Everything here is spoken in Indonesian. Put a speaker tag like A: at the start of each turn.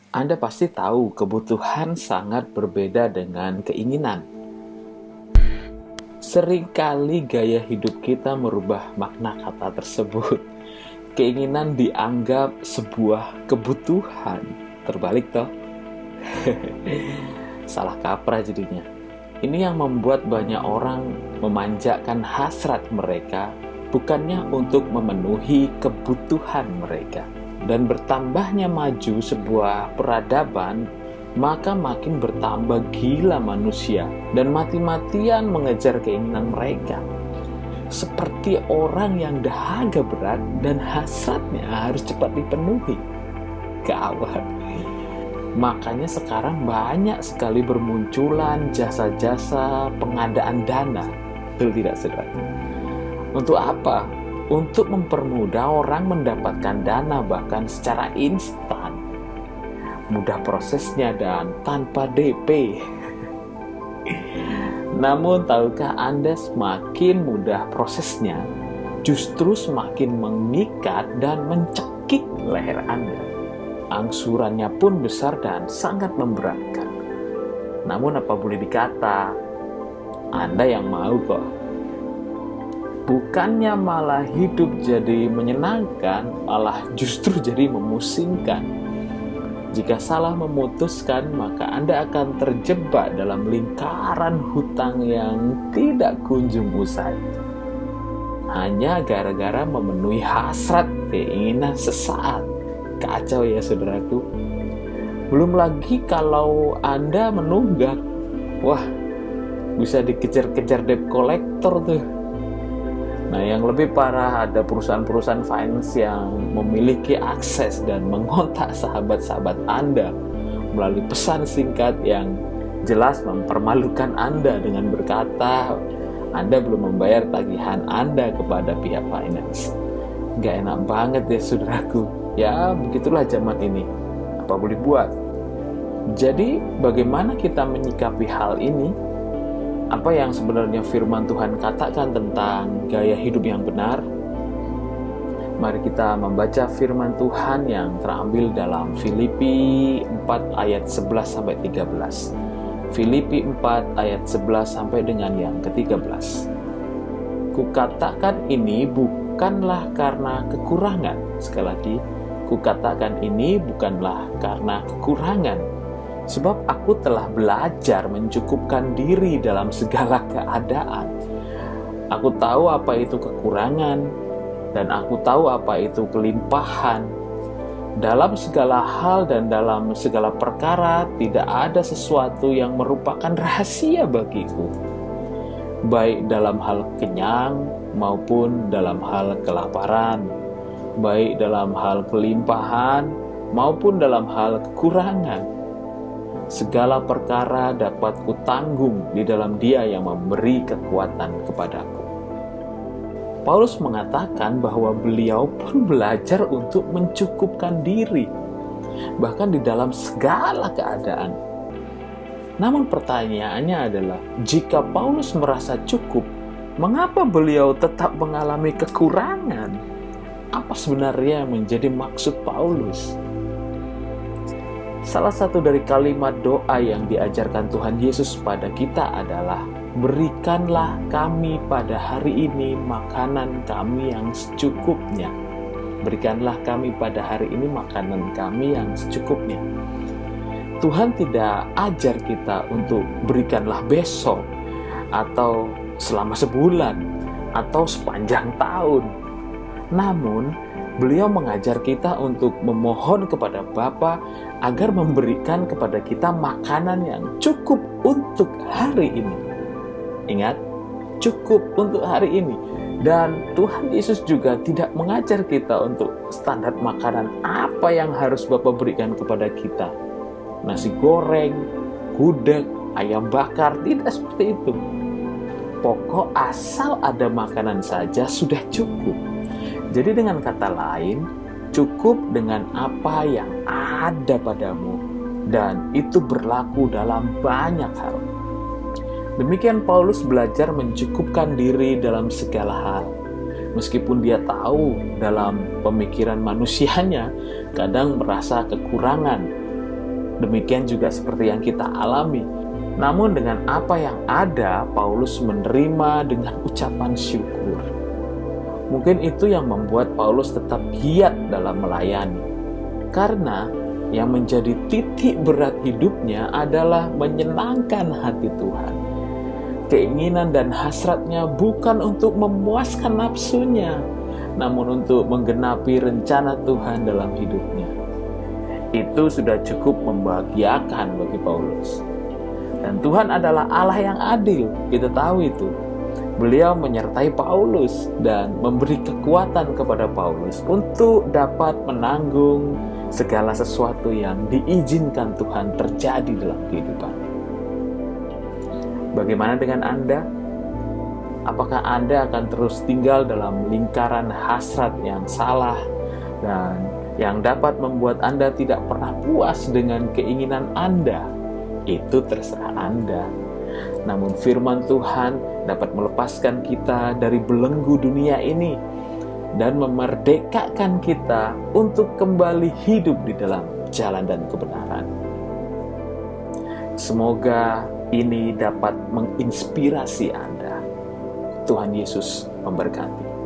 A: Anda pasti tahu kebutuhan sangat berbeda dengan keinginan. Seringkali gaya hidup kita merubah makna kata tersebut. Keinginan dianggap sebuah kebutuhan. Terbalik toh? Salah kaprah jadinya. Ini yang membuat banyak orang memanjakan hasrat mereka, bukannya untuk memenuhi kebutuhan mereka. Dan bertambahnya maju sebuah peradaban, maka makin bertambah gila manusia dan mati-matian mengejar keinginan mereka. Seperti orang yang dahaga berat dan hasratnya harus cepat dipenuhi. Gawat. Makanya sekarang banyak sekali bermunculan jasa-jasa pengadaan dana. Betul tidak, saudara? Untuk apa? Untuk mempermudah orang mendapatkan dana bahkan secara instan. Mudah prosesnya dan tanpa DP. Namun tahukah Anda, semakin mudah prosesnya, justru semakin mengikat dan mencekik leher Anda. Angsurannya pun besar dan sangat memberatkan. Namun apa boleh dikata, Anda yang mau kok. Bukannya malah hidup jadi menyenangkan, malah justru jadi memusingkan. Jika salah memutuskan, maka Anda akan terjebak dalam lingkaran hutang yang tidak kunjung usai. Hanya gara-gara memenuhi hasrat keinginan sesaat. Kacau ya saudaraku. Belum lagi kalau Anda menunggak. Wah, bisa dikejar-kejar debt collector tuh. Nah, yang lebih parah, ada perusahaan-perusahaan finance yang memiliki akses dan mengontak sahabat-sahabat Anda melalui pesan singkat yang jelas mempermalukan Anda dengan berkata, Anda belum membayar tagihan Anda kepada pihak finance. Gak enak banget ya saudaraku. Ya, begitulah zaman ini. Apa boleh buat? Jadi, bagaimana kita menyikapi hal ini? Apa yang sebenarnya firman Tuhan katakan tentang gaya hidup yang benar? Mari kita membaca firman Tuhan yang terambil dalam Filipi 4 ayat 11-13. Filipi 4 ayat 11 sampai dengan yang ke-13. Kukatakan ini bukanlah karena kekurangan. Sekali lagi, kukatakan ini bukanlah karena kekurangan. Sebab aku telah belajar mencukupkan diri dalam segala keadaan. Aku tahu apa itu kekurangan, dan aku tahu apa itu kelimpahan. Dalam segala hal dan dalam segala perkara, tidak ada sesuatu yang merupakan rahasia bagiku. Baik dalam hal kenyang maupun dalam hal kelaparan. Baik dalam hal kelimpahan maupun dalam hal kekurangan. Segala perkara dapat kutanggung di dalam Dia yang memberi kekuatan kepadaku. Paulus mengatakan bahwa beliau pun belajar untuk mencukupkan diri, bahkan di dalam segala keadaan. Namun pertanyaannya adalah, jika Paulus merasa cukup, mengapa beliau tetap mengalami kekurangan? Apa sebenarnya yang menjadi maksud Paulus? Salah satu dari kalimat doa yang diajarkan Tuhan Yesus pada kita adalah, berikanlah kami pada hari ini makanan kami yang secukupnya. Berikanlah kami pada hari ini makanan kami yang secukupnya. Tuhan tidak ajar kita untuk berikanlah besok, atau selama sebulan, atau sepanjang tahun. Namun, beliau mengajar kita untuk memohon kepada Bapa agar memberikan kepada kita makanan yang cukup untuk hari ini. Ingat, cukup untuk hari ini. Dan Tuhan Yesus juga tidak mengajar kita untuk standar makanan apa yang harus Bapa berikan kepada kita. Nasi goreng, gudeg, ayam bakar, tidak seperti itu. Pokok asal ada makanan saja sudah cukup. Jadi dengan kata lain, cukup dengan apa yang ada padamu, dan itu berlaku dalam banyak hal. Demikian Paulus belajar mencukupkan diri dalam segala hal. Meskipun dia tahu dalam pemikiran manusianya kadang merasa kekurangan, Demikian juga seperti yang kita alami. Namun dengan apa yang ada, Paulus menerima dengan ucapan syukur. Mungkin itu yang membuat Paulus tetap giat dalam melayani. Karena yang menjadi titik berat hidupnya adalah menyenangkan hati Tuhan. Keinginan dan hasratnya bukan untuk memuaskan nafsunya, namun untuk menggenapi rencana Tuhan dalam hidupnya. Itu sudah cukup membahagiakan bagi Paulus. Dan Tuhan adalah Allah yang adil, kita tahu itu. Beliau menyertai Paulus dan memberi kekuatan kepada Paulus untuk dapat menanggung segala sesuatu yang diizinkan Tuhan terjadi dalam kehidupan. Bagaimana dengan Anda? Apakah Anda akan terus tinggal dalam lingkaran hasrat yang salah dan yang dapat membuat Anda tidak pernah puas dengan keinginan Anda? Itu terserah Anda. Namun firman Tuhan dapat melepaskan kita dari belenggu dunia ini dan memerdekakan kita untuk kembali hidup di dalam jalan dan kebenaran. Semoga ini dapat menginspirasi Anda. Tuhan Yesus memberkati.